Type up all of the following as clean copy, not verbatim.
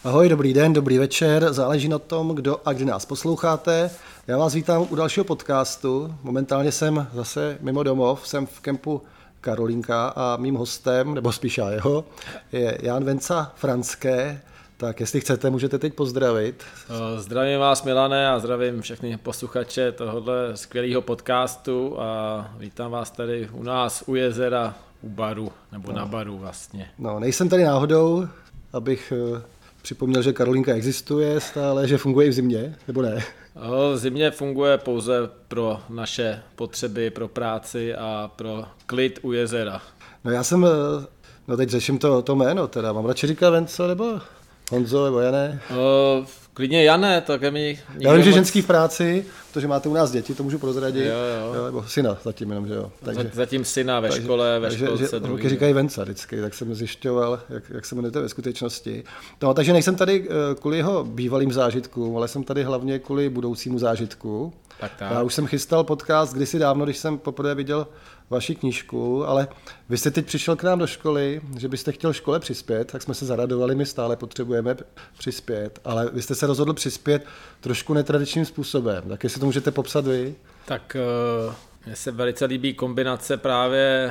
Ahoj, dobrý den, dobrý večer, záleží na tom, kdo a kdy nás posloucháte. Já vás vítám u dalšího podcastu. Momentálně jsem zase mimo domov, jsem v kempu Karolínka a mým hostem, nebo spíš já jeho, je Jan Venca Franské. Tak jestli chcete, můžete teď pozdravit. Zdravím vás, Milane, a zdravím všechny posluchače tohohle skvělého podcastu a vítám vás tady u nás u jezera, u baru, nebo na baru vlastně. No, nejsem tady náhodou, abych připomněl, že Karolínka existuje stále, že funguje i v zimě, nebo ne? V zimě funguje pouze pro naše potřeby, pro práci a pro klid u jezera. No já jsem, teď řeším to jméno teda, mám radši říkat Venco, nebo Honzo, nebo Jané? Klidně Jané, tak je mi... Já vím, že ženský v práci, protože máte u nás děti, to můžu prozradit. Jo. Nebo syna zatím jenom, že jo. Takže, zatím syna ve škole, ve školce druhý. Holky říkají Venca vždycky, tak jsem zjišťoval, jak se jmenujete ve skutečnosti. No, takže nejsem tady kvůli jeho bývalým zážitkům, ale jsem tady hlavně kvůli budoucímu zážitku. Tak. Já už jsem chystal podcast kdysi dávno, když jsem poprvé viděl vaši knížku, ale vy jste teď přišel k nám do školy, že byste chtěl škole přispět, tak jsme se zaradovali, my stále potřebujeme přispět, ale vy jste se rozhodl přispět trošku netradičním způsobem, tak jestli to můžete popsat vy? Tak mně se velice líbí kombinace právě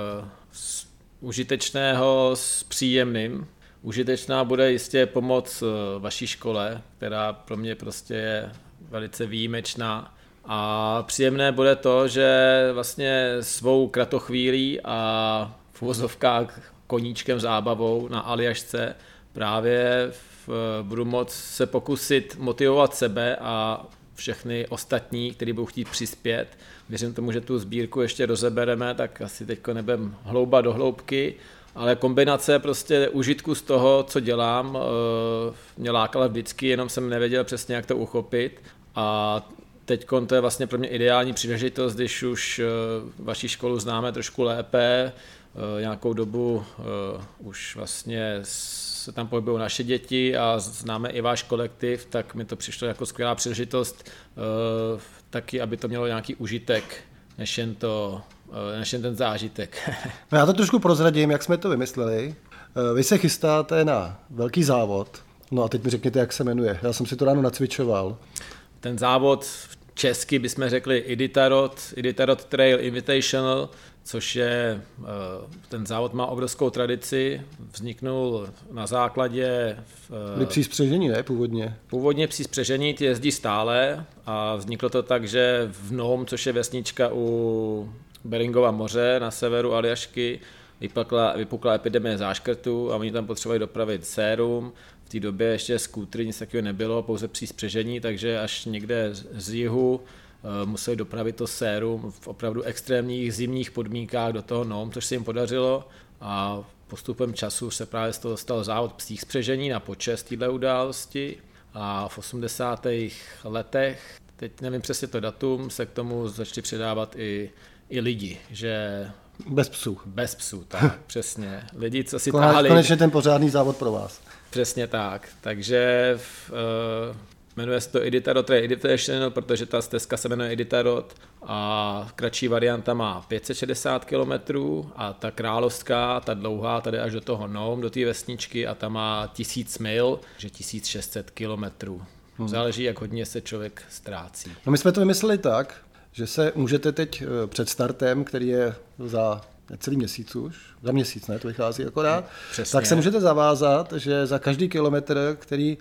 užitečného s příjemným. Užitečná bude jistě pomoc vaší škole, která pro mě prostě je velice výjimečná. A příjemné bude to, že vlastně svou kratochvílí a v uvozovkách koníčkem zábavou na Aljašce právě budu moct se pokusit motivovat sebe a všechny ostatní, kteří budou chtít přispět. Věřím tomu, že tu sbírku ještě rozebereme, tak asi teďko nebudem hloubat do hloubky, ale kombinace prostě užitku z toho, co dělám, mě lákala vždycky, jenom jsem nevěděl přesně, jak to uchopit. A teď to je vlastně pro mě ideální příležitost, když už vaši školu známe trošku lépe, nějakou dobu už vlastně se tam pohybují naše děti a známe i váš kolektiv, tak mi to přišlo jako skvělá příležitost taky, aby to mělo nějaký užitek, než jen ten zážitek. No já to trošku prozradím, jak jsme to vymysleli. Vy se chystáte na velký závod, no a teď mi řekněte, jak se jmenuje. Já jsem si to ráno nacvičoval. Ten závod česky bychom řekli Iditarod Trail Invitational, což je, ten závod má obrovskou tradici, vzniknul na základě... Pří spřežení, ne, původně? Původně Pří spřežení, ty jezdí stále a vzniklo to tak, že v Nome, což je vesnička u Beringova moře na severu Aljašky, vypukla epidemie záškrtů a oni tam potřebovali dopravit sérum. V té době ještě skútry, nic takového nebylo, pouze Pří spřežení, takže až někde z jihu museli dopravit to sérum v opravdu extrémních zimních podmínkách do toho Nome, což se jim podařilo a postupem času se právě z toho stal závod Psích spřežení na počest téhle události a v 80. letech, teď nevím přesně to datum, se k tomu začali přidávat i lidi, že... Bez psů, tak, přesně. Lidi, co si táhli... Konečně ten pořádný závod pro vás. Přesně tak, takže jmenuje se to Iditarod Trail Invitational, protože ta stezka se jmenuje Iditarod a kratší varianta má 560 km a ta královská, ta dlouhá, tady až do toho Nome, do té vesničky a ta má 1000 mil, že 1600 km. Záleží, jak hodně se člověk ztrácí. No my jsme to vymysleli tak, že se můžete teď před startem, který je za celý měsíc už, za měsíc, ne, to vychází akorát, přesně. Tak se můžete zavázat, že za každý kilometr, který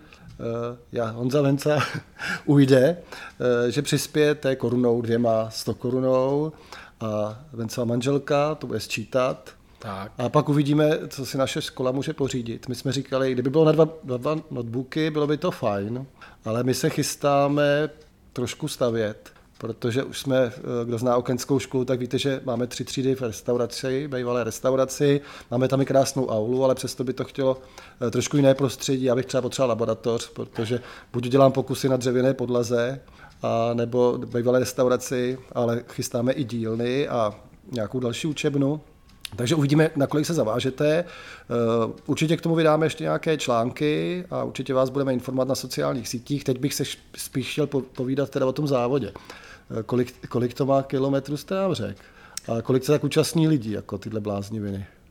Honza Venca ujde, že přispějete korunou, 100 korunou a Vencova manželka to bude sčítat. Tak. A pak uvidíme, co si naše škola může pořídit. My jsme říkali, kdyby bylo na dva notebooky, bylo by to fajn, ale my se chystáme trošku stavět, protože už jsme, kdo zná okenskou školu, tak víte, že máme 3 třídy v restauraci, bývalé restauraci, máme tam i krásnou aulu, ale přesto by to chtělo trošku jiné prostředí. Já bych třeba potřeboval laboratoř, protože buď dělám pokusy na dřevěné podlaze, a nebo bývalé restauraci, ale chystáme i dílny a nějakou další učebnu. Takže uvidíme, nakolik se zavážete. Určitě k tomu vydáme ještě nějaké články a určitě vás budeme informovat na sociálních sítích. Teď bych se spíš chtěl povídat teda o tom závodě. Kolik to má kilometrů, jste nám řekl? A kolik se tak účastní lidí, jako tyhle blázniviny?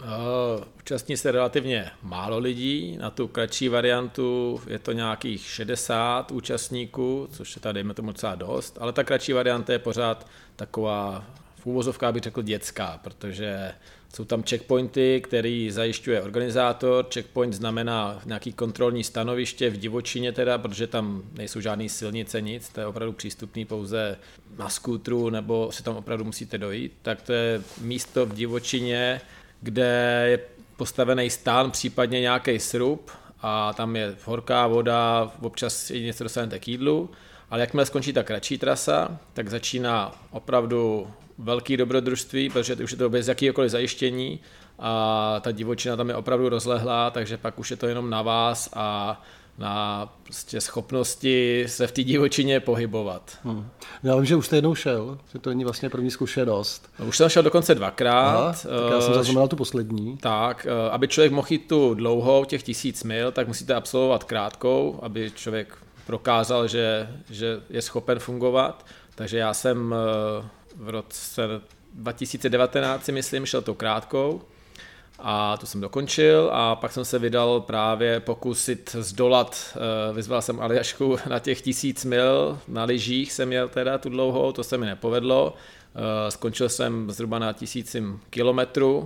Účastní se relativně málo lidí, na tu kratší variantu je to nějakých 60 účastníků, což je tady dejme tomu docela dost, ale ta kratší varianta je pořád taková, v úvozovkách bych řekl dětská, protože jsou tam checkpointy, který zajišťuje organizátor. Checkpoint znamená nějaký kontrolní stanoviště v divočině teda, protože tam nejsou žádné silnice, nic, to je opravdu přístupný pouze na skútru, nebo si tam opravdu musíte dojít. Tak to je místo v divočině, kde je postavený stán, případně nějaký srub a tam je horká voda, občas něco dostanete k jídlu, ale jakmile skončí ta kratší trasa, tak začíná opravdu velký dobrodružství, protože už je to bez jakýkoliv zajištění a ta divočina tam je opravdu rozlehlá, takže pak už je to jenom na vás a na prostě schopnosti se v té divočině pohybovat. Já vím, že už jste jednou šel, že to není vlastně první zkušenost. Už jsem šel dokonce 2krát. Aha, tak já jsem zaznamenal tu poslední. Tak, aby člověk mohl jít tu dlouhou, těch 1000 mil, tak musíte absolvovat krátkou, aby člověk prokázal, že je schopen fungovat. Takže já jsem v roce 2019, myslím, šel tou krátkou a tu jsem dokončil a pak jsem se vydal právě pokusit zdolat, vyzval jsem Aljašku na těch 1000 mil, na lyžích jsem jel teda tu dlouhou, to se mi nepovedlo, skončil jsem zhruba na 1000 kilometrů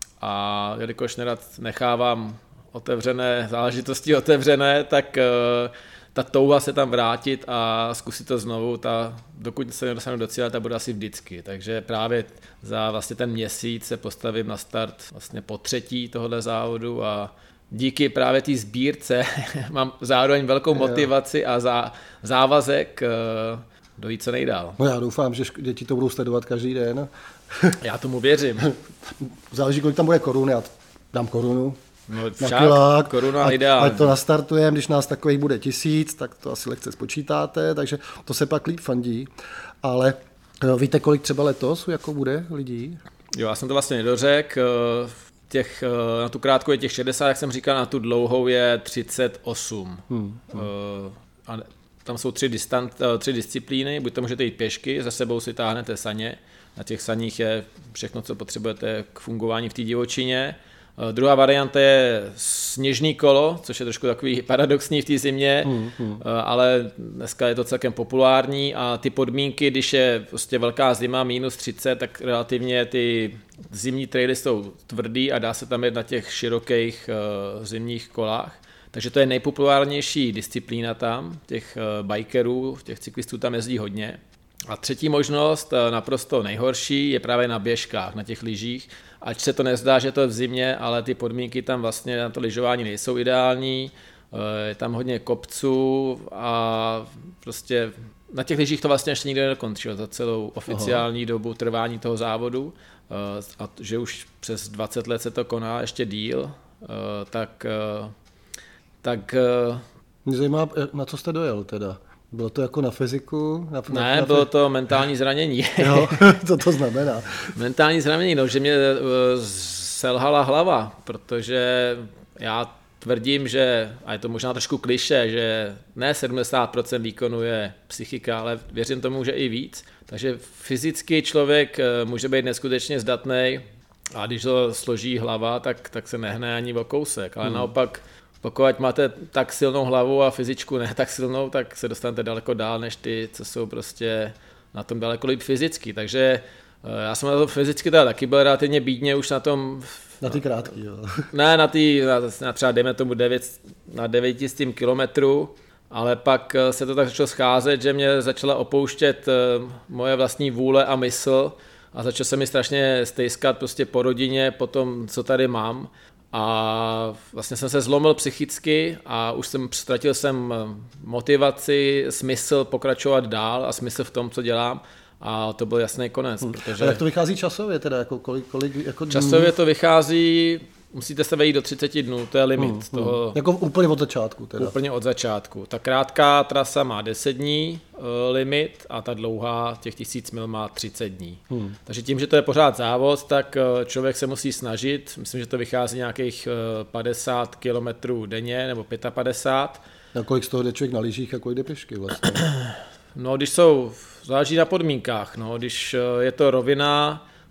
a jelikož nerad nechávám otevřené záležitosti otevřené, tak ta touha se tam vrátit a zkusit to znovu, dokud se nedostanu do cíle, ta bude asi vždycky. Takže právě za vlastně ten měsíc se postavím na start vlastně po 3. tohohle závodu a díky právě té sbírce mám zároveň velkou motivaci a závazek dojít co nejdál. No já doufám, že děti to budou sledovat každý den. Já tomu věřím. Záleží, kolik tam bude korun, já dám korunu. No však, koruna ideální. Ať to nastartujeme, když nás takových bude 1000, tak to asi lehce spočítáte, takže to se pak líp fandí. Ale víte, kolik třeba letos jako bude lidí? Jo, já jsem to vlastně nedořekl. Na tu krátkou je těch 60, jak jsem říkal, na tu dlouhou je 38. A tam jsou 3 disciplíny, buď to můžete jít pěšky, za sebou si táhnete saně, na těch saních je všechno, co potřebujete k fungování v té divočině. Druhá varianta je sněžný kolo, což je trošku takový paradoxní v té zimě, ale dneska je to celkem populární a ty podmínky, když je prostě velká zima, -30, tak relativně ty zimní traily jsou tvrdý a dá se tam jet na těch širokých zimních kolách. Takže to je nejpopulárnější disciplína tam, těch bikerů, těch cyklistů tam jezdí hodně. A třetí možnost, naprosto nejhorší, je právě na běžkách, na těch lyžích. Ať se to nezdá, že to je v zimě, ale ty podmínky tam vlastně na to lyžování nejsou ideální. Je tam hodně kopců a prostě na těch lyžích to vlastně ještě nikdo nedokončil za celou oficiální dobu trvání toho závodu. A že už přes 20 let se to koná, ještě díl, tak mě zajímá, na co jste dojel teda? Bylo to jako na fyziku? Bylo to mentální zranění. Jo, co to znamená? Mentální zranění, že mě selhala hlava, protože já tvrdím, že, a je to možná trošku klišé, že ne 70% výkonu je psychika, ale věřím tomu, že i víc. Takže fyzicky člověk může být neskutečně zdatnej a když to složí hlava, tak se nehne ani o kousek, ale naopak pokud máte tak silnou hlavu a fyzičku ne tak silnou, tak se dostanete daleko dál než ty, co jsou prostě na tom daleko líp fyzicky. Takže já jsem na to fyzicky teda taky byl relativně bídně už na tom... Na ty krátký, jo. Ne, na třeba dejme tomu 900 kilometrů, ale pak se to tak začalo scházet, že mě začala opouštět moje vlastní vůle a mysl a začal se mi strašně stejskat prostě po rodině, po tom, co tady mám. A vlastně jsem se zlomil psychicky a už ztratil jsem motivaci, smysl pokračovat dál a smysl v tom, co dělám. A to byl jasný konec. Protože... A jak to vychází časově teda? Kolik jako časově to vychází, musíte se vejít do 30 dnů, to je limit. Toho... Jako úplně od začátku teda? Úplně od začátku. Ta krátká trasa má 10 dní limit a ta dlouhá těch 1000 mil má 30 dní. Takže tím, že to je pořád závod, tak člověk se musí snažit. Myslím, že to vychází nějakých 50 kilometrů denně nebo 55. A kolik z toho jde člověk na lyžích a kolik jde pěšky vlastně? No, záleží na podmínkách. No. Když je to rovina,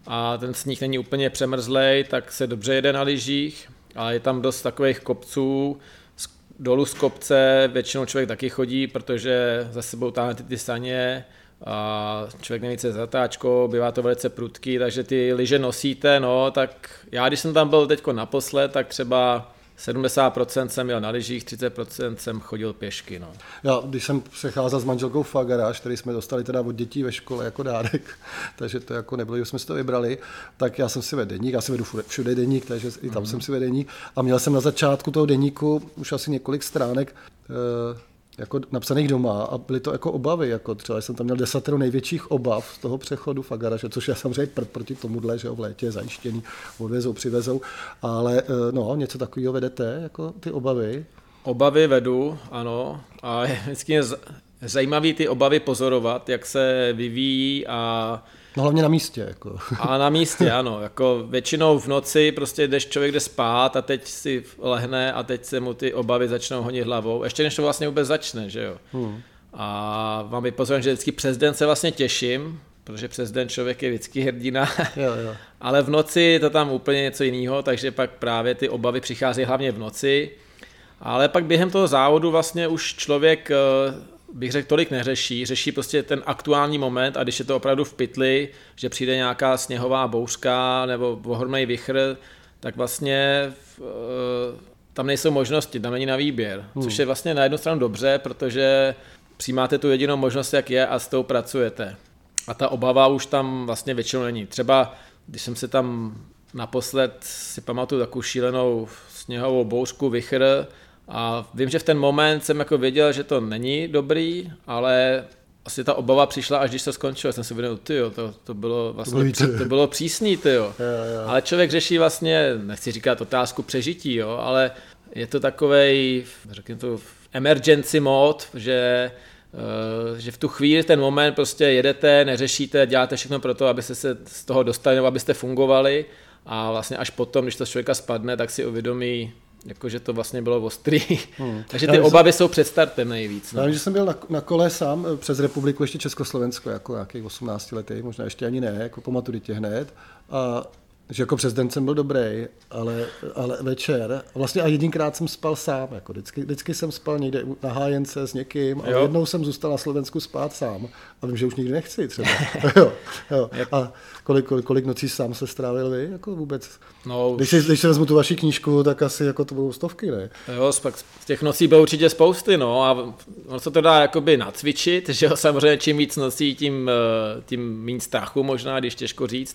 a ten sníh není úplně přemrzlej, tak se dobře jede na lyžích, ale je tam dost takových kopců, dolů z kopce většinou člověk taky chodí, protože za sebou táhne ty saně a člověk neví, co je zatáčkou, bývá to velice prudký, takže ty lyže nosíte, no, tak já, když jsem tam byl teďko naposled, tak třeba 70% jsem jel na lyžích, 30% jsem chodil pěšky, no. Já, když jsem přecházel s manželkou v garáž, který jsme dostali teda od dětí ve škole jako dárek, takže to jako nebylo, že jsme si to vybrali, tak já jsem si vedl deník, já si vedu všude deník, takže i tam jsem si vedl deník a měl jsem na začátku toho deníku už asi několik stránek jako napsaných doma a byly to jako obavy, jako třeba jsem tam měl 10 největších obav z toho přechodu v garáže, což je samozřejmě proti tomuhle, že v létě je zajištěný, odvezou, přivezou, ale no, něco takového vedete, jako ty obavy? Obavy vedu, ano, a vždycky je zajímavý ty obavy pozorovat, jak se vyvíjí a no hlavně na místě. Jako. A na místě, ano. Jako většinou v noci prostě jdeš, člověk jde spát a teď si lehne a teď se mu ty obavy začnou honit hlavou. Ještě než to vlastně vůbec začne, že jo. A vám vypozorím, že vždycky přes den se vlastně těším, protože přes den člověk je vždycky hrdina. Jo. Ale v noci je to tam úplně něco jiného, takže pak právě ty obavy přicházejí hlavně v noci. Ale pak během toho závodu vlastně už člověk, bych řekl, tolik řeší prostě ten aktuální moment a když je to opravdu v pytli, že přijde nějaká sněhová bouřka nebo ohromný vichr, tak vlastně tam nejsou možnosti, tam není na výběr, což je vlastně na jednu stranu dobře, protože přijímáte tu jedinou možnost, jak je a s tou pracujete. A ta obava už tam vlastně většinou není. Třeba když jsem se tam naposled si pamatuju takovou šílenou sněhovou bouřku, vichr, a vím, že v ten moment jsem jako věděl, že to není dobrý, ale asi ta obava přišla, až když to skončilo. Jsem si uvědomil, to bylo vlastně to bylo přísný, tyjo. Ale člověk řeší vlastně, nechci říkat otázku přežití, jo, ale je to takovej, řekněme to, emergency mode, že v tu chvíli, ten moment prostě jedete, neřešíte, děláte všechno pro to, abyste se z toho dostali, nebo abyste fungovali a vlastně až potom, když to z člověka spadne, tak si uvědomí, jakože to vlastně bylo ostrý. Takže ty obavy jsou před startem nejvíc. No. Já vím, že jsem byl na kole sám přes republiku, ještě Československo, jako nějakých 18 letý, možná ještě ani ne, jako po maturitě hned. A že jako přes den jsem byl dobrý, ale večer, vlastně a jedinkrát jsem spal sám, jako vždycky jsem spal někde na hájence s někým, ale jednou jsem zůstal na Slovensku spát sám a vím, že už nikdy nechci třeba. jo. A kolik nocí sám se strávil vy, jako vůbec? No, když si vezmu tu vaši knížku, tak asi jako to budou stovky, ne? Jo, z těch nocí bylo určitě spousty, no a ono se to dá jakoby nacvičit, že jo, samozřejmě čím víc nocí, tím méně strachu možná, když těžko říct.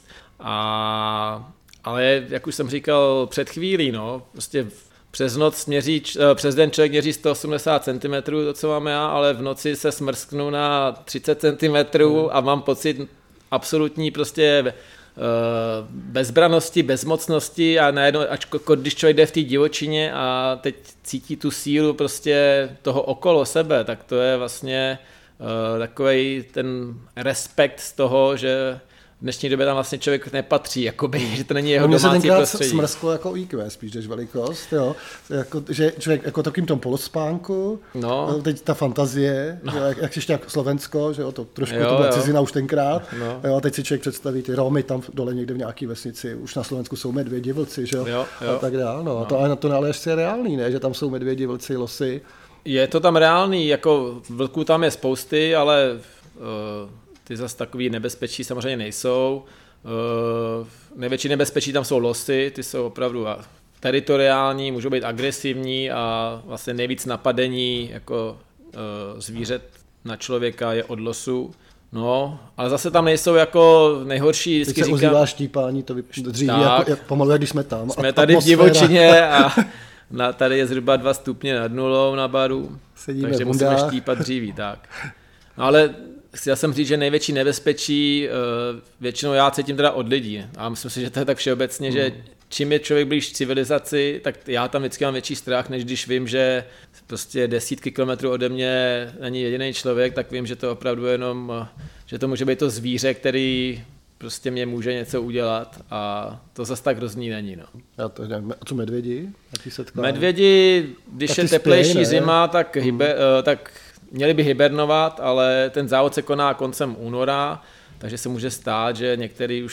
Ale jak už jsem říkal před chvílí, no, prostě přes den člověk měří 180 cm, to co mám já, ale v noci se smrsknu na 30 cm a mám pocit absolutní prostě bezbranosti, bezmocnosti a najednou, když člověk jde v té divočině a teď cítí tu sílu prostě toho okolo sebe, tak to je vlastně takovej ten respekt z toho, že v dnešní době tam vlastně člověk nepatří, jakoby, že to není jeho domácí prostředí. Mně se smrsklo jako IQ spíš než velikost, jo. Jako, že člověk jako takovým tom polospánku, no. Teď ta fantazie, no. Jak ještě jako Slovensko, že jo, to trošku to byla cizina už tenkrát, no. Jo, a teď si člověk představí ty Romy tam dole někde v nějaký vesnici, už na Slovensku jsou medvědi, vlci, že jo, a tak dále, no. A to ale ještě je reálný, ne, že tam jsou medvědi, vlci, losy. Je to tam reálný, jako vlků tam je spousty, ale ty zase takový nebezpečí samozřejmě nejsou. Největší nebezpečí tam jsou losy, ty jsou opravdu teritoriální, můžou být agresivní a vlastně nejvíc napadení jako zvířat na člověka je od losu. No, ale zase tam nejsou jako nejhorší. Teď se ozývá štípání, to dříví jako pomalu, jak když jsme tam. Jsme tady v divočině a tady je zhruba 2 stupně nad nulou na baru, takže musíme štípat dříví. Tak. No, ale chtěl jsem říct, že největší nebezpečí většinou já cítím teda od lidí. A myslím si, že to je tak všeobecně, že čím je člověk blíž civilizaci, tak já tam vždycky mám větší strach, než když vím, že prostě desítky kilometrů ode mě není jediný člověk, tak vím, že to opravdu jenom, že to může být to zvíře, který prostě mě může něco udělat a to zase tak hrozný není. No. A co medvědi? Medvědi, když je teplejší zima, tak měli by hibernovat, ale ten závod se koná koncem února, takže se může stát, že některý už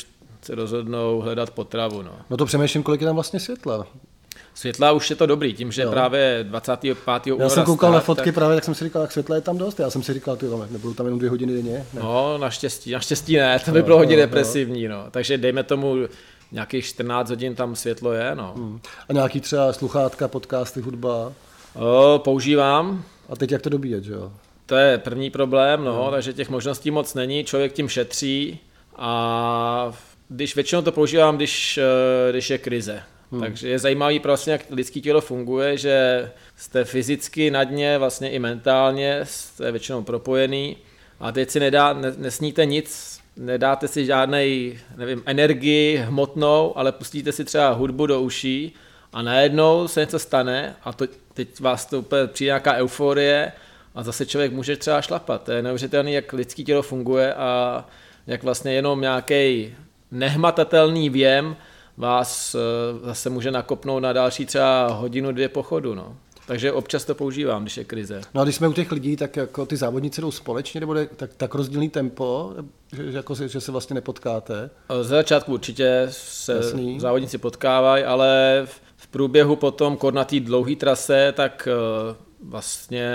se rozhodnou hledat potravu. No. No to přemýšlím, kolik je tam vlastně světla. Světla už je to dobrý, tím, že právě 25. února Já jsem koukal stát, na fotky právě, tak jsem si říkal, jak světla je tam dost. Já jsem si říkal, nebudou tam jenom 2 hodiny denně. Ne. No, naštěstí ne, to by bylo hodně depresivní. No. Takže dejme tomu nějakých 14 hodin tam světlo je. No. A nějaký třeba sluchátka, podcasty, hudba? Používám. A teď jak to dobíjet, že jo? To je první problém, takže těch možností moc není, člověk tím šetří a většinou to používám, když je krize. Takže je zajímavý prostě, jak lidské tělo funguje, že jste fyzicky na dně, vlastně i mentálně, jste většinou propojený a teď si nesníte nic, nedáte si žádnej, energii hmotnou, ale pustíte si třeba hudbu do uší a najednou se něco stane a teď vás to úplně přijde nějaká euforie a zase člověk může třeba šlapat. To je neuvěřitelné, jak lidské tělo funguje a jak vlastně jenom nějaký nehmatatelný věm vás zase může nakopnout na další třeba hodinu, 2 pochodu. No. Takže občas to používám, když je krize. No a když jsme u těch lidí, tak jako ty závodníci jdou společně, nebo tak rozdílný tempo, že se vlastně nepotkáte? Ze začátku určitě se závodníci potkávají, ale v průběhu potom na té dlouhé trase, tak vlastně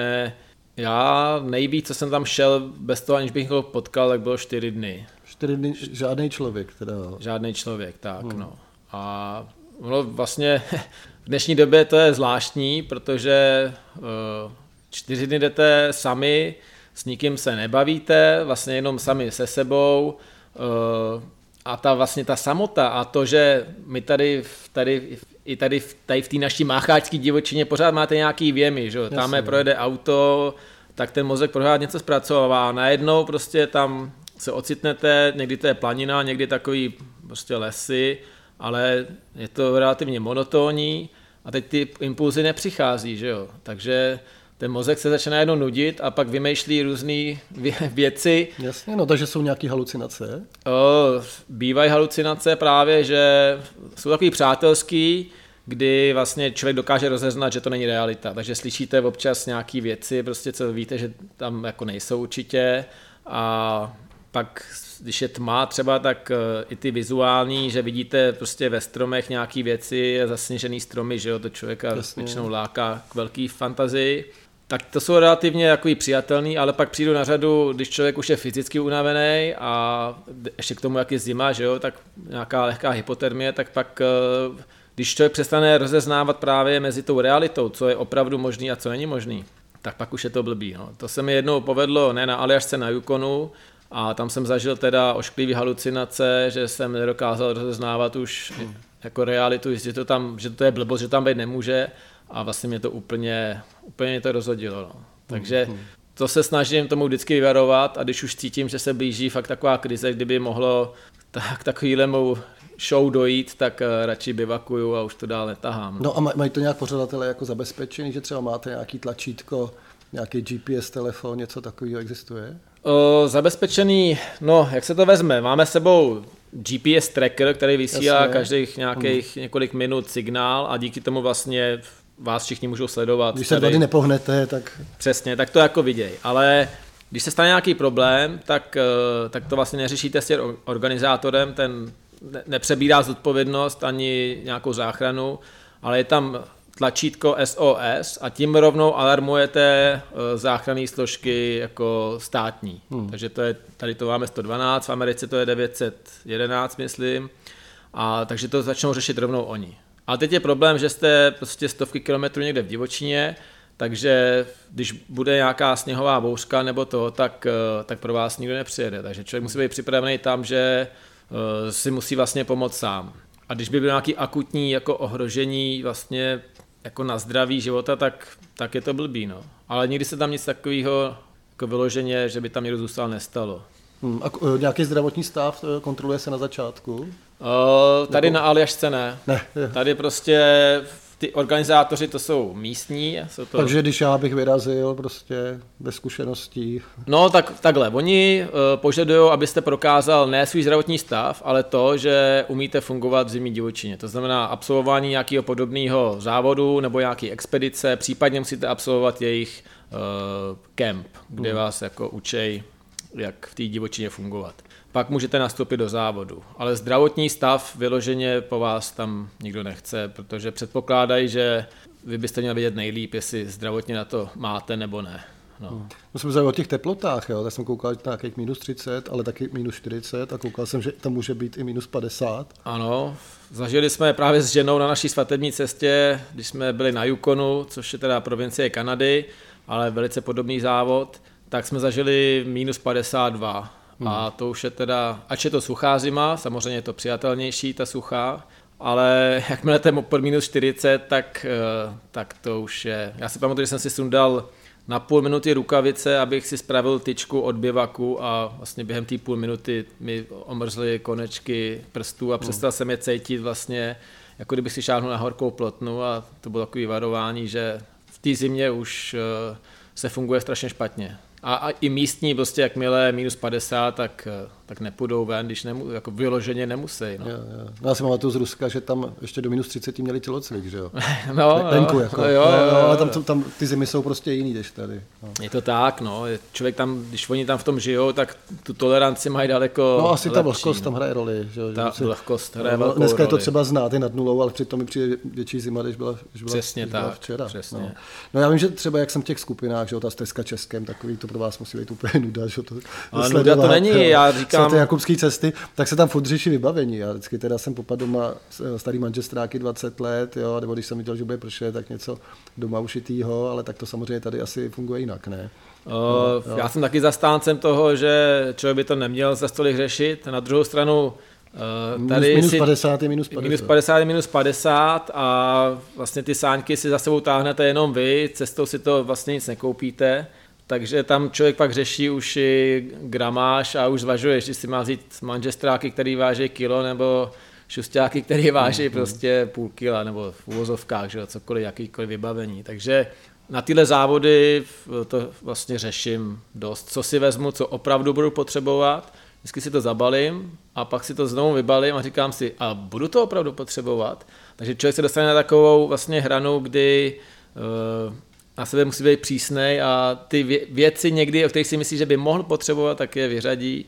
já nejvíc, co jsem tam šel, bez toho, aniž bych ho potkal, tak bylo 4 dny. 4 dny, žádný člověk teda. Žádný člověk, tak no. A ono vlastně v dnešní době to je zvláštní, protože 4 dny jdete sami, s nikým se nebavíte, vlastně jenom sami se sebou a ta samota a to, že my tady v té naší mácháčské divočině pořád máte nějaký věmy, že? Tam projede auto, tak ten mozek pořád něco zpracovává a najednou prostě tam se ocitnete, někdy to je planina, někdy takový prostě lesy, ale je to relativně monotónní a teď ty impulzy nepřichází, že jo, takže ten mozek se začne najednou nudit a pak vymýšlí různé věci. Jasně, no takže jsou nějaké halucinace? Bývají halucinace právě, že jsou takový přátelský, kdy vlastně člověk dokáže rozeznat, že to není realita, takže slyšíte občas nějaké věci, prostě co víte, že tam jako nejsou určitě a pak, když je tma třeba, tak i ty vizuální, že vidíte prostě ve stromech nějaký věci, zasněžený stromy, že jo, to člověka většinou láká k velký fantazii. Tak to jsou relativně takový přijatelný, ale pak přijdu na řadu, když člověk už je fyzicky unavený a ještě k tomu, jak je zima, že jo, tak nějaká lehká hypotermie, tak pak, když člověk přestane rozeznávat právě mezi tou realitou, co je opravdu možný a co není možný, tak pak už je to blbý. No. To se mi jednou povedlo ne na Aljašce, na Yukonu, a tam jsem zažil teda ošklivý halucinace, že jsem nedokázal rozeznávat už jako realitu, že to je blbost, že tam být nemůže a vlastně mě to úplně to rozhodilo. No. Takže to se snažím tomu vždycky vyvarovat a když už cítím, že se blíží fakt taková krize, kdyby mohlo k takovému show dojít, tak radši bivakuju a už to dál netahám. No a mají to nějak pořadatelé jako zabezpečený, že třeba máte nějaký tlačítko, nějaký GPS telefon, něco takového existuje? Zabezpečený, no jak se to vezme, máme s sebou GPS tracker, který vysílá každých nějakých několik minut signál a díky tomu vlastně vás všichni můžou sledovat. Když se tady nepohnete, tak... Přesně, tak to jako viděj, ale když se stane nějaký problém, tak to vlastně neřešíte s tím organizátorem, ten nepřebírá zodpovědnost ani nějakou záchranu, ale je tam tlačítko SOS a tím rovnou alarmujete záchranné složky jako státní. Takže tady to máme 112, v Americe to je 911, myslím, a takže to začnou řešit rovnou oni. Ale teď je problém, že jste prostě stovky kilometrů někde v divočině, takže když bude nějaká sněhová bouřka nebo to, tak pro vás nikdo nepřijede. Takže člověk musí být připravený tam, že si musí vlastně pomoct sám. A když by byl nějaký akutní jako ohrožení vlastně jako na zdraví života, tak je to blbý, no. Ale nikdy se tam nic takového jako vyloženě, že by tam někdo zůstal, nestalo. A nějaký zdravotní stav kontroluje se na začátku? Tady na Aljašce ne. Tady prostě ty organizátoři to jsou místní. Takže když já bych vyrazil prostě bez zkušeností. No takhle, oni požadují, abyste prokázal ne svůj zdravotní stav, ale to, že umíte fungovat v zimní divočině. To znamená absolvování nějakého podobného závodu nebo nějaké expedice, případně musíte absolvovat jejich kemp, kde vás jako učej jak v té divočině fungovat. Pak můžete nastoupit do závodu. Ale zdravotní stav vyloženě po vás tam nikdo nechce, protože předpokládají, že vy byste měli vědět nejlíp, jestli zdravotně na to máte nebo ne. No. Musím se o těch teplotách, jo. Tak jsem koukal na nějakých -30, ale taky -40 a koukal jsem, že tam může být i -50. Ano, zažili jsme právě s ženou na naší svatební cestě, když jsme byli na Yukonu, což je teda provincie Kanady, ale velice podobný závod, tak jsme zažili -52. A to už je teda, ač je to suchá zima, samozřejmě je to přijatelnější, ta suchá, ale jakmile to je pod -40, tak to už je. Já si pamatuju, že jsem si sundal na půl minuty rukavice, abych si spravil tyčku od bivaku a vlastně během té půl minuty mi omrzly konečky prstů a přestal jsem je cítit vlastně, jako kdybych si šáhnul na horkou plotnu a to bylo takové varování, že v té zimě už se funguje strašně špatně. A i místní, prostě jakmile je -50, tak nepůjdou ven, když jako vyloženě nemusí. No. Jo. No, já si pamatuju z Ruska, že tam ještě do -30 měli tělocvik, že jo? Venku, jako. Jo, ale tam ty zimy jsou prostě jiný, než tady. No. Je to tak, no. Člověk tam, když oni tam v tom žijou, tak tu toleranci mají daleko No asi lepší, ta vlhkost tam hraje roli. Že? Ta vlhkost hraje velkou dneska roli. je to třeba znát i nad nulou, ale přitom mi přijde větší zima, když byla Přesně když byla tak, včera. přesně. No já vím, že třeba jak jsem v těch skupinách, že jo, ta stezka Českém, takový to pro vás musí být úplně nuda, že to ale nuda to není, já říkám. Ty jakubské cesty, tak se tam furt řeší vybavení. Já vždycky teda jsem popadl doma starý manžestráky 20 let, jo, nebo když jsem viděl, že bude pršet, tak něco doma ušitýho, ale tak to samozřejmě tady asi funguje jinak, ne? Já jsem taky zastáncem toho, že člověk by to neměl za stolik řešit. Na druhou stranu tady -50 je -50 je -50 a vlastně ty sáňky si za sebou táhnete jenom vy, cestou si to vlastně nic nekoupíte. Takže tam člověk pak řeší už i gramáž a už zvažuje, jestli si má vzít manžestráky, který váží kilo, nebo šustáky, který váží prostě půl kila, nebo v uvozovkách, že cokoliv, jakýkoliv vybavení. Takže na tyhle závody to vlastně řeším dost. Co si vezmu, co opravdu budu potřebovat, vždycky si to zabalím a pak si to znovu vybalím a říkám si, a budu to opravdu potřebovat? Takže člověk se dostane na takovou vlastně hranu, kdy na sebe musí být přísnej a ty věci někdy, o kterých si myslí, že by mohl potřebovat, tak je vyřadí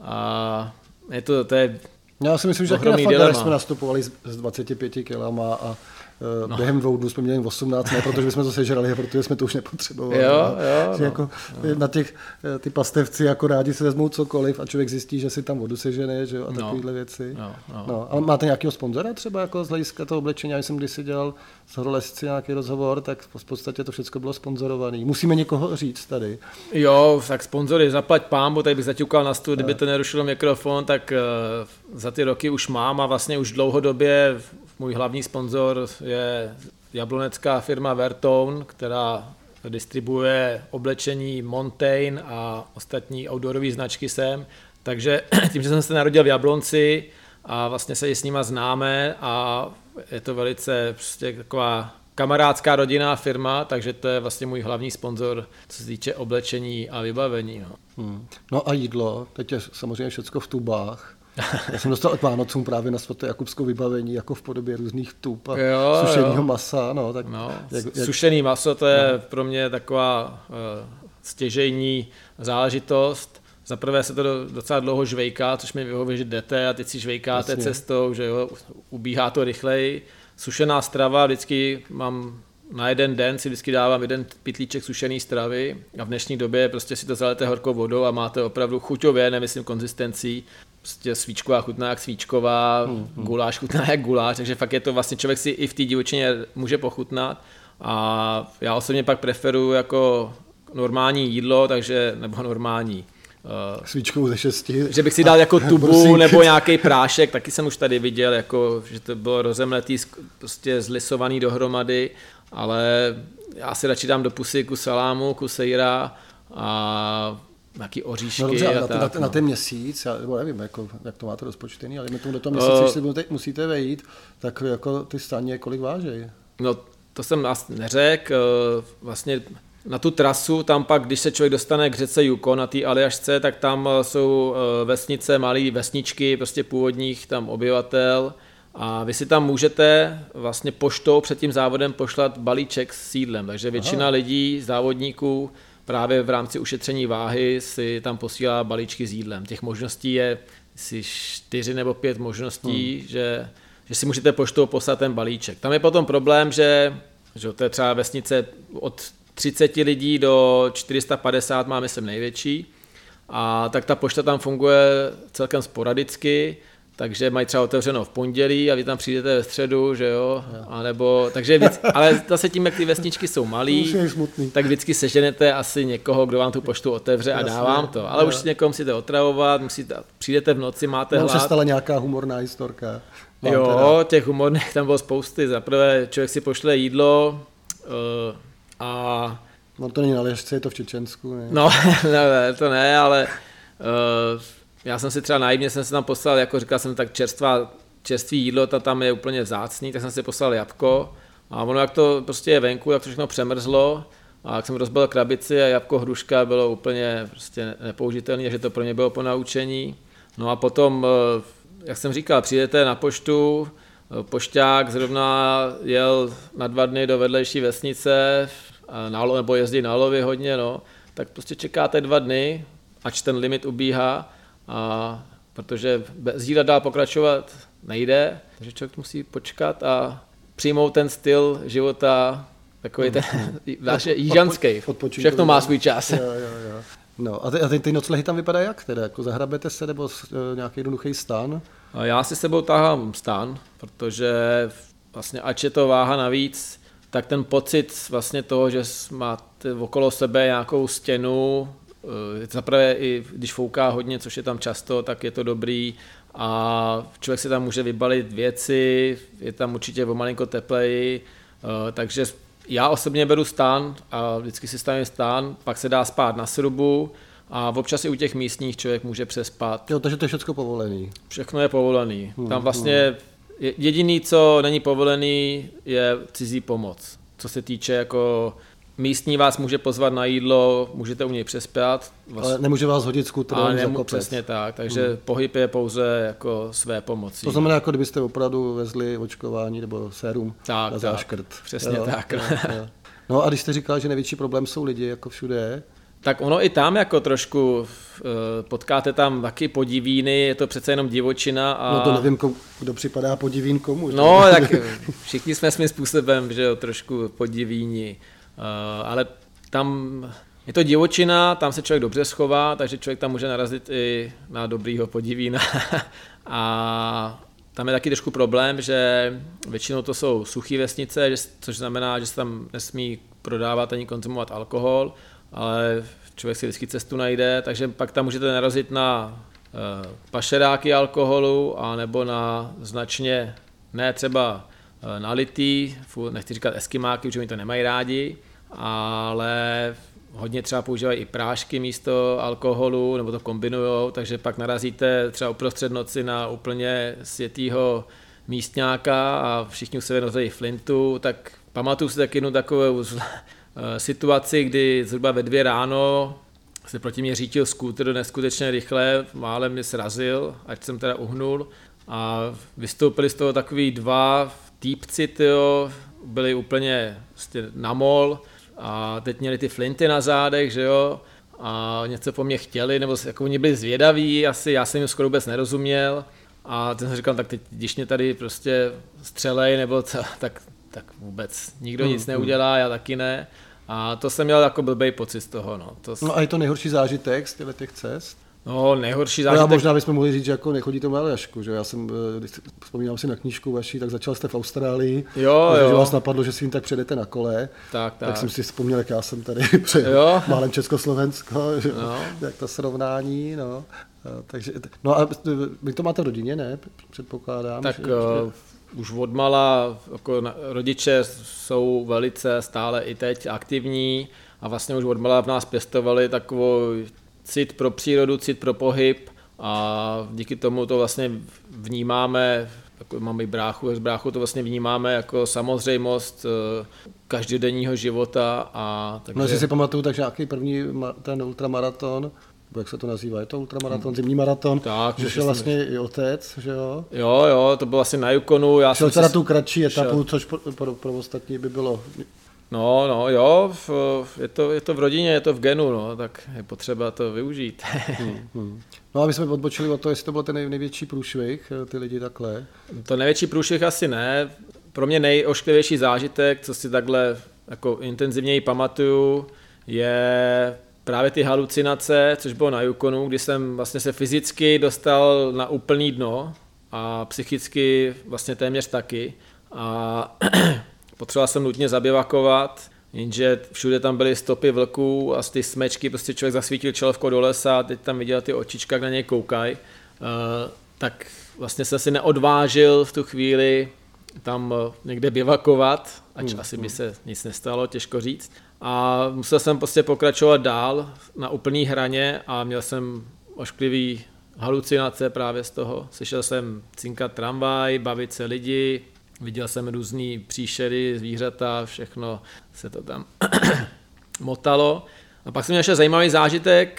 a to je já si myslím, že taky na Fagare jsme nastupovali s 25 kilama a během 2 dnů jsme měli 18, ne protože jsme to sežrali, protože jsme to už nepotřebovali. Jako na ty pastevci jako rádi si vezmou cokoliv a člověk zjistí, že si tam vodu sežene, že jo, a takovýhle věci. No. A máte nějakého sponzora třeba jako z hlediska toho oblečení? Já jsem kdysi dělal s Horolezci nějaký rozhovor, tak v podstatě to všechno bylo sponzorované. Musíme někoho říct tady. Jo, tak sponzory, zaplať pánbu, tady bych zaťukal na stůl, kdyby to nerušilo mikrofon, tak za ty roky už mám a vlastně už dlouhodobě můj hlavní sponzor je jablonecká firma Vertoun, která distribuuje oblečení Montaigne a ostatní outdoorové značky sem. Takže tím, že jsem se narodil v Jablonci a vlastně se i s nima známe a je to velice prostě taková kamarádská rodinná firma, takže to je vlastně můj hlavní sponzor, co se týče oblečení a vybavení. No a jídlo, teď je samozřejmě všecko v tubách. Já jsem dostal od Vánocům právě na svatojjakubskou vybavení jako v podobě různých tub a sušeného masa. No, tak sušený maso, to je pro mě taková stěžejní záležitost. Za prvé se to docela dlouho žvejká, což mi vyhovuje, že jdete a teď si žvejkáte cestou, že jo, ubíhá to rychleji. Sušená strava, vždycky mám na jeden den si vždycky dávám jeden pytlíček sušený stravy a v dnešní době prostě si to zalejete horkou vodou a máte opravdu chuťově, nemyslím konzistencí, prostě svíčková chutná jak svíčková, guláš chutná jak guláš, takže fakt je to vlastně člověk si i v té divočině může pochutnat a já osobně pak preferuji jako normální jídlo, takže nebo normální. Svíčkou ze 6. Že bych si dal jako tubu nebo nějaký prášek, taky jsem už tady viděl, jako, že to bylo rozemletý, prostě zlisovaný dohromady, ale já si radši dám do pusy kus salámu, kus sejra a nějaký oříšky. No dobře, na ten měsíc, nebo nevím, jako, jak to máte rozpočtený, ale do toho měsíce, když si musíte vejít, tak jako ty staně kolik vážejí? No to jsem neřekl, vlastně na tu trasu, tam pak, když se člověk dostane k řece Yukon na té Aljašce, tak tam jsou vesnice, malé vesničky, prostě původních tam obyvatel a vy si tam můžete vlastně poštou před tím závodem pošlat balíček s sídlem, takže většina lidí, závodníků právě v rámci ušetření váhy si tam posílá balíčky s jídlem. Těch možností je asi 4 nebo 5 možností, že si můžete poštou poslat ten balíček. Tam je potom problém, že to je třeba vesnice od 30 lidí do 450 má, myslím, největší. A tak ta pošta tam funguje celkem sporadicky, takže mají třeba otevřeno v pondělí a vy tam přijdete ve středu, že jo, anebo, takže ale zase tím, jak ty vesničky jsou malý, tak vždycky seženete asi někoho, kdo vám tu poštu otevře a dá vám to, ale už si někoho musíte otravovat, přijdete v noci, máte hlad. Už se stala nějaká humorná historka. Jo, těch humorných tam bylo spousty, zaprvé člověk si pošle jídlo a... No to není na Ležce, je to v Čečensku, ne? No, ne, to ne, ale já jsem si třeba naivně jsem se tam poslal, jako říkal jsem, tak čerstvý jídlo, tam je úplně vzácný, tak jsem si poslal jabko a ono, jak to prostě je venku, jak to všechno přemrzlo a jak jsem rozbil krabici a jabko hruška bylo úplně prostě nepoužitelné, takže to pro mě bylo po naučení. No a potom, jak jsem říkal, přijdete na poštu, pošťák zrovna jel na 2 dny do vedlejší vesnice, nebo jezdí na lovy hodně, no, tak prostě čekáte 2 dny, ač ten limit ubíhá, protože bez jídla dál pokračovat nejde, takže člověk musí počkat a přijmout ten styl života, takový ten jižanský. Všechno má svůj čas. Jo. No a ty noclehy tam vypadají jak teda? Jako zahrabete se nebo nějaký jednoduchý stán? Já si sebou táhám stán, protože vlastně ač je to váha navíc, tak ten pocit vlastně toho, že máte okolo sebe nějakou stěnu, zaprvé i když fouká hodně, což je tam často, tak je to dobrý a člověk si tam může vybalit věci, je tam určitě o malinko tepleji, takže já osobně beru stán a vždycky si stavím stán, pak se dá spát na srubu a občas i u těch místních člověk může přespat. Jo, takže to je všechno povolený. Všechno je povolený. Tam vlastně jediný, co není povolený, je cizí pomoc. Co se týče jako místní vás může pozvat na jídlo, můžete u něj přespat. Ale nemůže vás hodit skuterem za kopec. Přesně tak, takže pohyb je pouze jako své pomocí. To znamená, jako kdybyste opravdu vezli očkování nebo sérum na záškrt. Přesně tak. Jo. No a když jste říkal, že největší problém jsou lidi, jako všude, tak ono i tam jako trošku potkáte tam taky podivíny, je to přece jenom divočina. A... No to nevím, kdo připadá podivín komu. No tak všichni jsme svým způsobem, že jo, trošku podivíni. Ale tam je to divočina, tam se člověk dobře schová, takže člověk tam může narazit i na dobrýho podivína. A tam je taky trošku problém, že většinou to jsou suché vesnice, což znamená, že se tam nesmí prodávat ani konzumovat alkohol, ale člověk si vždycky cestu najde, takže pak tam můžete narazit na pašeráky alkoholu a nebo na značně, ne třeba nalitý, nechci říkat eskimáky, protože mi to nemají rádi, ale hodně třeba používají i prášky místo alkoholu, nebo to kombinujou, takže pak narazíte třeba uprostřed noci na úplně světýho místňáka a všichni se nosejí flintu, tak pamatuju si tak jednu takovou situaci, kdy zhruba ve 2 ráno se proti mě řítil skútr neskutečně rychle, málem mě srazil, ať jsem teda uhnul a vystoupili z toho takový 2 týpci, byli úplně na mol a teď měli ty flinty na zádech, že jo, a něco po mně chtěli, nebo jako oni byli zvědaví, asi já jsem jim skoro vůbec nerozuměl a ten jsem říkal, tak teď, když mě tady prostě střelej, nebo co, tak vůbec nikdo nic neudělá, já taky ne. A to jsem měl jako blbej pocit z toho. No a je to nejhorší zážitek z těch cest? No, nejhorší zážitek... No a možná bychom mohli říct, že jako nechodíte na Aljašku, že já jsem, když vzpomínám si na knížku vaší, tak začal jste v Austrálii, že vás napadlo, že si jim tak předete na kole, tak jsem si vzpomněl, jak já jsem tady přejel málem Československo, že jak to srovnání, no. Takže, no a vy to máte v rodině, ne? Předpokládám. Tak už odmala jako rodiče jsou velice stále i teď aktivní a vlastně už odmala v nás pěstovali takovou cit pro přírodu, cit pro pohyb a díky tomu to vlastně vnímáme, jako mám i bráchu, z bráchu to vlastně vnímáme jako samozřejmost každodenního života. Takže... No jestli si pamatuju, tak nějaký první ten ultramaraton, jak se to nazývá, je to ultramaraton, zimní maraton, tak, že šel vlastně i otec, že jo? Jo, to bylo asi na Yukonu. Šel teda tu kratší etapu, což pro ostatní by bylo Jo, je to v rodině, je to v genu, no, tak je potřeba to využít. No a my jsme odbočili od toho, jestli to byl ten největší průšvih, ty lidi takhle. To největší průšvih asi ne. Pro mě nejošklivější zážitek, co si takhle jako intenzivněji pamatuju, je právě ty halucinace, což bylo na Yukonu, kdy jsem vlastně se fyzicky dostal na úplný dno a psychicky vlastně téměř taky. A potřeboval jsem nutně zabivakovat, jenže všude tam byly stopy vlků a z ty smečky prostě člověk zasvítil čelovkou do lesa a teď tam viděl ty očička, jak na něj koukají. Tak vlastně jsem si neodvážil v tu chvíli tam někde bivakovat, ač asi by se nic nestalo, těžko říct. A musel jsem prostě pokračovat dál na úplný hraně a měl jsem ošklivý halucinace právě z toho. Slyšel jsem cinkat tramvaj, bavit se lidi, viděl jsem různý příšery, zvířata, všechno se to tam motalo. A pak jsem měl ještě zajímavý zážitek,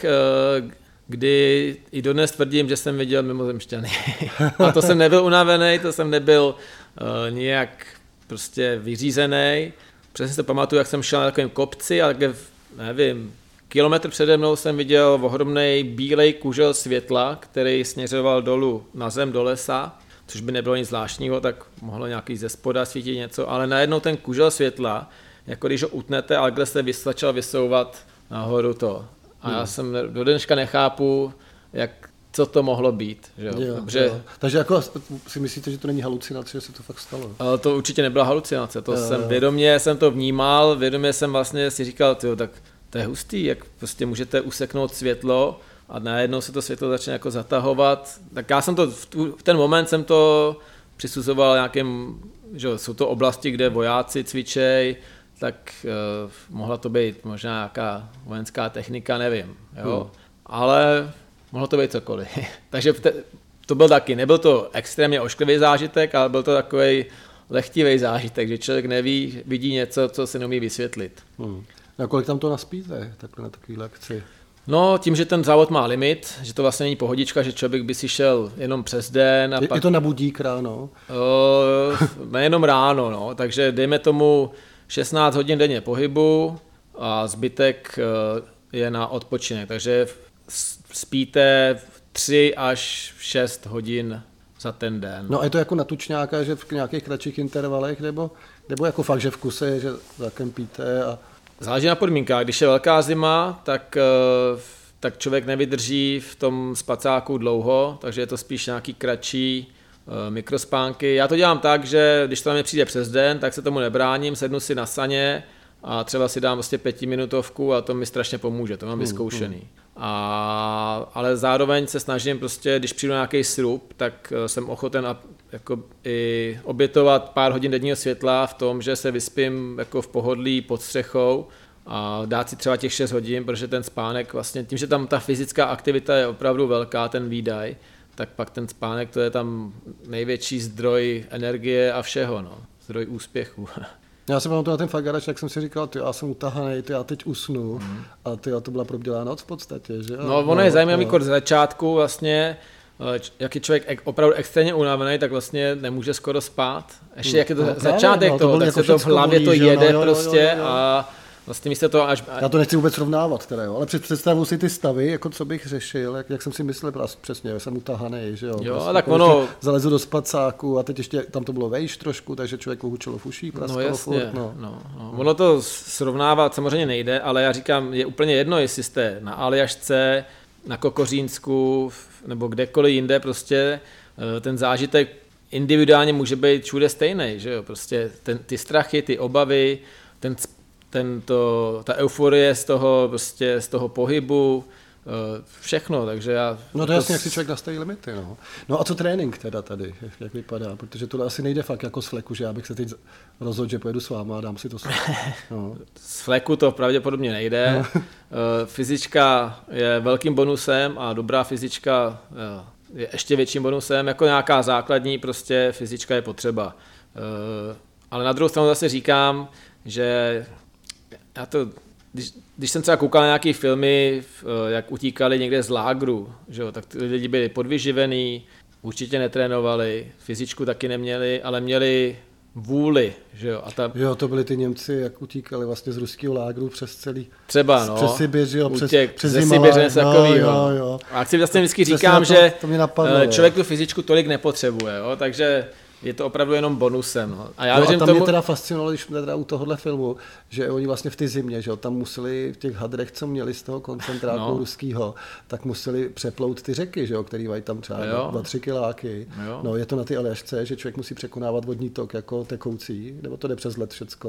kdy i dodnes tvrdím, že jsem viděl mimozemšťany. A to jsem nebyl unavený, to jsem nebyl nějak prostě vyřízený. Přesně si to pamatuju, jak jsem šel na takovém kopci a nevím, kilometr přede mnou jsem viděl ohromný bílej kužel světla, který směřoval dolů na zem, do lesa, což by nebylo nic zvláštního, tak mohlo nějaký ze spoda svítit něco, ale najednou ten kužel světla, jako když ho utnete, ale se začal vysouvat nahoru to. A já jsem do dneška nechápu, co to mohlo být. Že jo? Jo. Takže jako si myslíte, že to není halucinace, že se to fakt stalo? Ale to určitě nebyla halucinace, vědomě jsem to vnímal, vědomě jsem vlastně si říkal, tak to je hustý, jak prostě můžete useknout světlo a najednou se to světlo začne jako zatahovat. Tak já jsem to, v ten moment jsem to přisuzoval nějakým, že jsou to oblasti, kde vojáci cvičej, tak mohla to být možná nějaká vojenská technika, nevím. Jo? Ale mohlo to být cokoliv. Takže to byl taky, nebyl to extrémně ošklivý zážitek, ale byl to takový lehtivý zážitek, že člověk neví, vidí něco, co se neumí vysvětlit. A kolik tam to naspíte, takhle na takový lekci? No, tím, že ten závod má limit, že to vlastně není pohodička, že člověk by si šel jenom přes den. A je to na budík ráno? Nejenom ráno, no, takže dejme tomu 16 hodin denně pohybu a zbytek je na odpočinek, takže spíte 3 až 6 hodin za ten den. No a je to jako na tučňáka, že v nějakých kratších intervalech, nebo jako fakt, že v kuse, že zakempíte a... Záleží na podmínkách. Když je velká zima, tak člověk nevydrží v tom spacáku dlouho, takže je to spíš nějaký kratší mikrospánky. Já to dělám tak, že když to na mě přijde přes den, tak se tomu nebráním, sednu si na saně a třeba si dám vlastně 5minutovku a to mi strašně pomůže, to mám vyzkoušený. Ale zároveň se snažím prostě, když přijdu na nějaký srub, tak jsem ochoten jako i obětovat pár hodin denního světla v tom, že se vyspím jako v pohodlí pod střechou a dát si třeba těch 6 hodin, protože ten spánek vlastně, tím, že tam ta fyzická aktivita je opravdu velká, ten výdaj, tak pak ten spánek to je tam největší zdroj energie a všeho, no, zdroj úspěchu. Já jsem pamatuju na ten fagarač, jak jsem si říkal, já jsem utahanej, já teď usnu a to byla probdělá noc v podstatě, že? No, ono je zajímavý, jako z začátku vlastně, jak je člověk opravdu extrémně unavený, tak vlastně nemůže skoro spát. Ještě jak je to začátek toho, tak se to v hlavě to jede prostě a vlastně mi se to až... Já to nechci vůbec srovnávat teda, jo, ale představuji si ty stavy, jako co bych řešil, jak jsem si myslel, přesně, jsem utahanej, že jo. Jo, prostě, tak ono... Zalezu do spacáku a teď ještě tam to bylo vejš trošku, takže člověk hučelo v uších, praskalo furt, no. Ono to srovnávat samozřejmě nejde, ale já říkám, je úplně jedno, jestli jste na Aljašce, na Kokořínsku nebo kdekoliv jinde, prostě ten zážitek individuálně může být všude stejný, že jo, prostě ty strachy, ty obavy, ta euforie z toho pohybu, všechno, takže já... No to jasně, jak si člověk nastaví limity, no. No a co trénink teda tady, jak vypadá, protože tohle asi nejde fakt jako z fleku, že já bych se teď rozhodl, že pojedu s váma a dám si to no. Z fleku to pravděpodobně nejde. Fyzička je velkým bonusem a dobrá fyzička je ještě větším bonusem, jako nějaká základní prostě fyzička je potřeba. Ale na druhou stranu zase říkám, že já to, když jsem třeba koukal na nějaké filmy, jak utíkali někde z lágru, že jo, tak ty lidi byli podvyživený, určitě netrénovali, fyzičku taky neměli, ale měli vůli, že jo. Jo, to byli ty Němci, jak utíkali vlastně z ruského lágru přes celý... Třeba, no. Přes Sibiř, jo, přes Sibiře takovýho. Jo. A si vlastně vždycky říkám, že to napadlo, člověk tu fyzičku tolik nepotřebuje, jo, takže je to opravdu jenom bonusem. No. A já věřím tomu... mě teda fascinovalo, když teda u tohohle filmu, že oni vlastně v té zimě, že jo, tam museli v těch hadrech, co měli z toho koncentráku ruského, tak museli přeplout ty řeky, že jo, který mají tam třeba 2-3 kiláky. Jo. No, je to na ty Aljašce, že člověk musí překonávat vodní tok jako tekoucí, nebo to jde přes let všecko?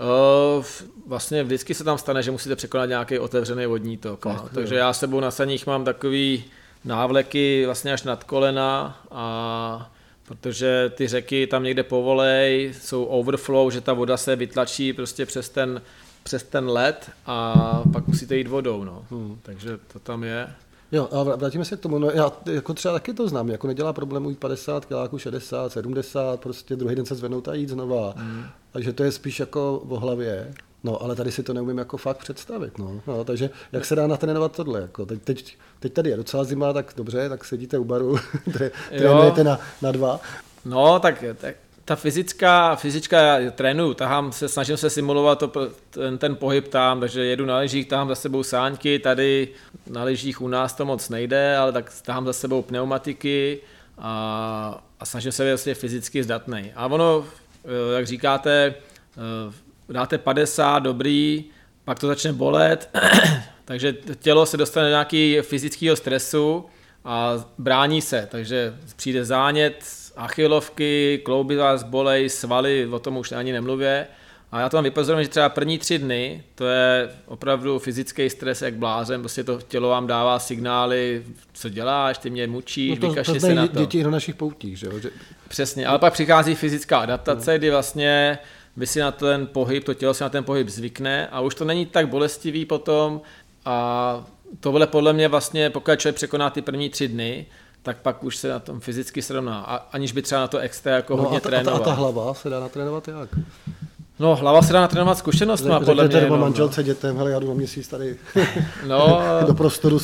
Vlastně vždycky se tam stane, že musíte překonat nějaký otevřený vodní tok. No. Takže já s sebou na saních mám takový návleky vlastně až nad kolena a protože ty řeky tam někde povolej, jsou overflow, že ta voda se vytlačí prostě přes ten led a pak musíte jít vodou, no. Takže to tam je. Jo, a vrátíme se k tomu, no já jako třeba taky to znám, jako nedělá problém jít 50 kiláků, 60, 70, prostě druhý den se zvednout a jít znova. Takže to je spíš jako o hlavě. No, ale tady si to neumím jako fakt představit, no. Takže jak se dá natrénovat tohle, jako teď tady je docela zima, tak dobře, tak sedíte u baru, trénujete na 2. No, tak ta fyzická já trénuju, snažím se simulovat ten pohyb tam, takže jedu na lyžích, tahám za sebou sáňky, tady na lyžích u nás to moc nejde, ale tak tahám za sebou pneumatiky a snažím se vlastně fyzicky zdatnej. A ono, jak říkáte, dáte 50, dobrý, pak to začne bolet, takže tělo se dostane do nějakého fyzického stresu a brání se, takže přijde zánět, achilovky, klouby vás bolej, svaly, o tom už ani nemluvě. A já to mám vypozorujem, že třeba první 3 dny, to je opravdu fyzický stres jak blázen, prostě to tělo vám dává signály, co děláš, ty mě mučíš, vykašli se na to. Děti do našich poutích, že jo? Přesně, ale pak přichází fyzická adaptace, kdy vlastně vy si na ten pohyb, to tělo si na ten pohyb zvykne a už to není tak bolestivý potom a tohle podle mě vlastně, pokud člověk překoná ty první 3 dny, tak pak už se na tom fyzicky srovná, aniž by třeba na to extra jako hodně trénoval. A ta hlava se dá natrénovat jak? No, hlava se dá natrénovat zkušenostma, podle mě. Řekněte manželce, dětem, hele, já jdu na měsíc tady no, do prostoru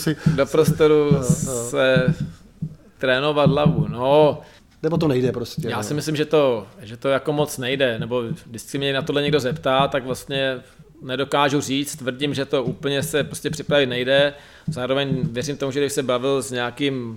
se trénovat hlavu, no. Nebo to nejde prostě. Já si myslím, že to jako moc nejde, nebo když si mě na tohle někdo zeptá, tak vlastně nedokážu říct, tvrdím, že to úplně se prostě připravit nejde. Zároveň věřím tomu, že když se bavil s nějakým,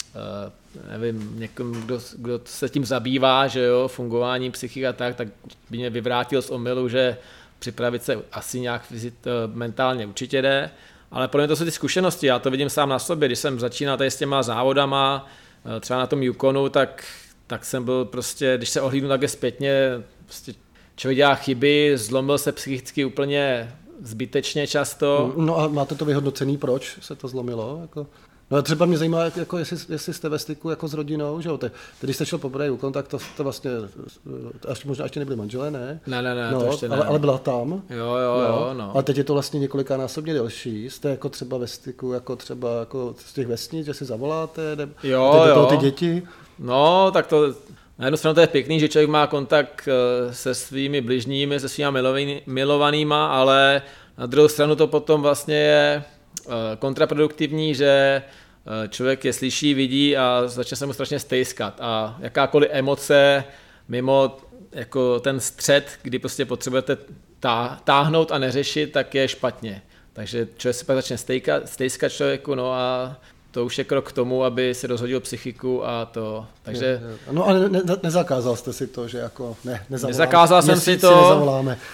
nevím, někým, kdo se tím zabývá, že jo, fungování psychiky a tak by mě vyvrátil z omylu, že připravit se asi nějak mentálně určitě jde, ale pro mě to jsou ty zkušenosti, já to vidím sám na sobě, když jsem začínal tady s těma závodama, třeba na tom Yukonu, tak jsem byl prostě, když se ohlídnu takhle zpětně, prostě člověk dělá chyby, zlomil se psychicky úplně zbytečně často. No a máte to vyhodnocený, proč se to zlomilo? Jako... No třeba mě zajímá, jako jestli jste ve styku jako s rodinou, že jo? Když jste šel poprvé Yukon, tak to vlastně, možná ještě nebyli manželé, ne? Ne, no, to ještě ne. Ale byla tam. Jo. Ale teď je to vlastně několikanásobně delší. Jste jako třeba ve styku, jako třeba jako z těch vesnic, že si zavoláte, jo. Do toho ty děti? No, tak to... Na jednu stranu to je pěkný, že člověk má kontakt se svými bližními, se svými milovanýma, ale na druhou stranu to potom vlastně je kontraproduktivní, že člověk je slyší, vidí a začne se mu strašně stejskat a jakákoliv emoce mimo jako ten střed, kdy prostě potřebujete táhnout a neřešit, tak je špatně. Takže člověk se pak začne stejskat člověku, no a to už je krok k tomu, aby si rozhodil psychiku a to, takže... No ale nezakázal jste si to, že jako nezakázal jsem si to,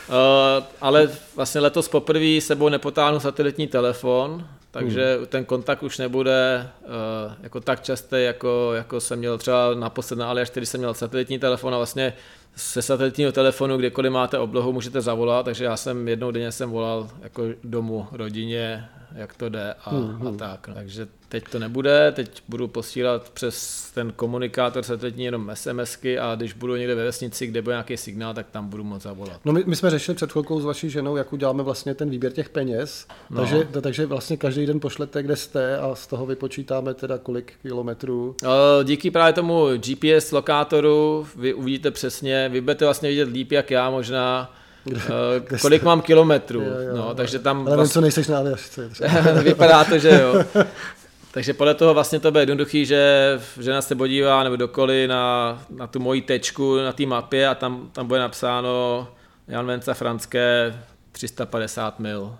ale vlastně letos poprvé sebou nepotáhnu satelitní telefon, takže ten kontakt už nebude jako tak častý, jako jsem měl třeba naposled na Aljašce, když jsem měl satelitní telefon a vlastně se satelitního telefonu, kdekoliv máte oblohu, můžete zavolat, takže já jsem jednou denně volal jako domů, rodině, jak to jde a tak. No. Takže teď to nebude, teď budu posílat přes ten komunikátor satelitní jenom SMSky a když budu někde ve vesnici, kde bude nějaký signál, tak tam budu moct zavolat. No my jsme řešili před chvilkou s vaší ženou, jak uděláme vlastně ten výběr těch peněz, takže vlastně každý den pošlete, kde jste a z toho vypočítáme teda kolik kilometrů. Díky právě tomu GPS lokátoru vy uvidíte přesně, vy budete vlastně vidět líp jak já možná, kolik mám kilometrů, takže tam... Ale co nejseš na Aljašce. Vypadá to, že jo. Takže podle toho vlastně to bude jednoduchý, že žena se podívá nebo dokoli na tu moji tečku na té mapě a tam bude napsáno Jan Venca Franské 350 mil.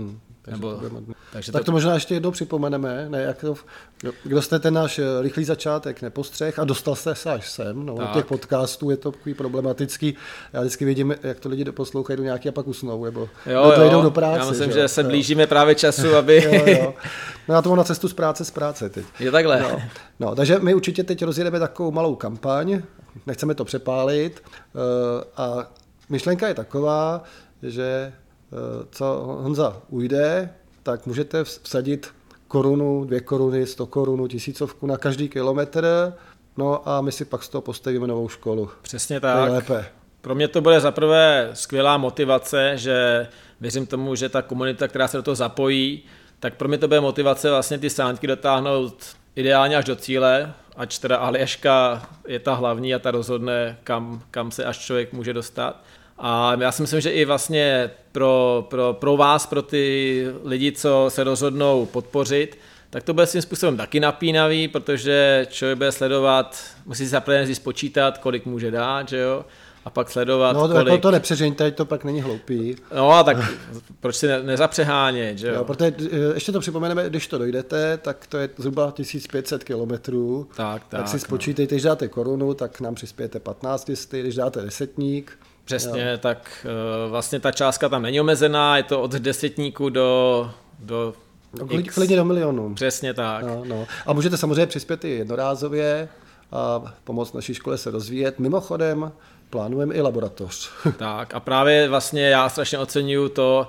Tak to možná ještě jednou připomeneme, ne, jak to, kdo jste ten náš rychlý začátek nepostřeh a dostal jste se až sem, no, těch podcastů je to takový problematický, já vždycky vidím, jak to lidi doposlouchají do nějaký a pak usnou, nebo jdou do práce. Já myslím, že se blížíme právě času, aby... jo. No já to mám na cestu z práce teď. Je takhle. No, takže my určitě teď rozjedeme takovou malou kampaň, nechceme to přepálit a myšlenka je taková, že co Honza ujde, tak můžete vsadit korunu, 2 koruny, 100 korun, 1000 na každý kilometr, no a my si pak z toho postavíme novou školu. Přesně tak. Pro mě to bude zaprvé skvělá motivace, že věřím tomu, že ta komunita, která se do toho zapojí, tak pro mě to bude motivace vlastně ty sáňky dotáhnout ideálně až do cíle, ač teda Aljaška je ta hlavní a ta rozhodne, kam se až člověk může dostat. A já si myslím, že i vlastně pro vás, pro ty lidi, co se rozhodnou podpořit, tak to bude svým způsobem taky napínavý, protože člověk bude sledovat, musí si zaprvé spočítat, kolik může dát, že jo? A pak sledovat, kolik... No to nepřežeňte, to pak není hloupý. No a tak proč si nezapřehánět, že jo? Protože ještě to připomeneme, když to dojdete, tak to je zhruba 1500 kilometrů. Tak si spočítejte, když dáte korunu, tak nám přispějete 1500, když dáte desetník. Přesně, tak vlastně ta částka tam není omezená, je to od desetníku do klidně do milionu. Přesně tak. No. A můžete samozřejmě přispět i jednorázově a pomoct naší škole se rozvíjet. Mimochodem plánujeme i laboratoř. Tak a právě vlastně já strašně oceňuju to,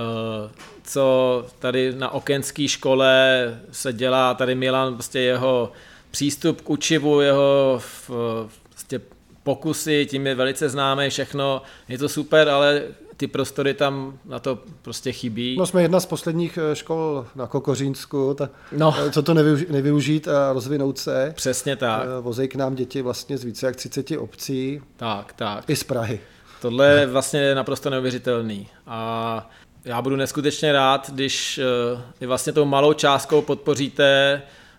co tady na Okenské škole se dělá, tady Milan, prostě jeho přístup k učivu, jeho prostě pokusy, tím je velice známé všechno, je to super, ale ty prostory tam na to prostě chybí. No jsme jedna z posledních škol na Kokořínsku, co to nevyužít a rozvinout se. Přesně tak. Vozejí k nám děti vlastně z více jak 30 obcí. Tak. I z Prahy. Tohle je vlastně naprosto neuvěřitelný. A já budu neskutečně rád, když i vlastně tou malou částkou podpoříte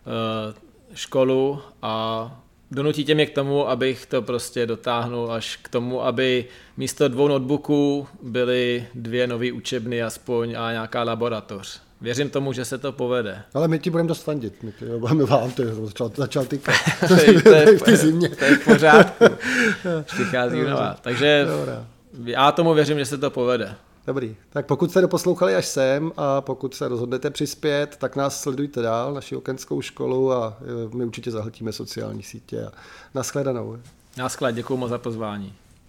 školu a donutíte mě k tomu, abych to prostě dotáhnul až k tomu, aby místo 2 notebooků byly 2 nové učebny aspoň a nějaká laboratoř. Věřím tomu, že se to povede. Ale my ti budeme dost fandit. My vám to začal tykat. To je v pořádku. Přichází nová. Takže já tomu věřím, že se to povede. Dobrý. Tak pokud jste doposlouchali až sem a pokud se rozhodnete přispět, tak nás sledujte dál, naši Okenskou školu a my určitě zahltíme sociální sítě. Naschledanou. Naschle, děkuju moc za pozvání.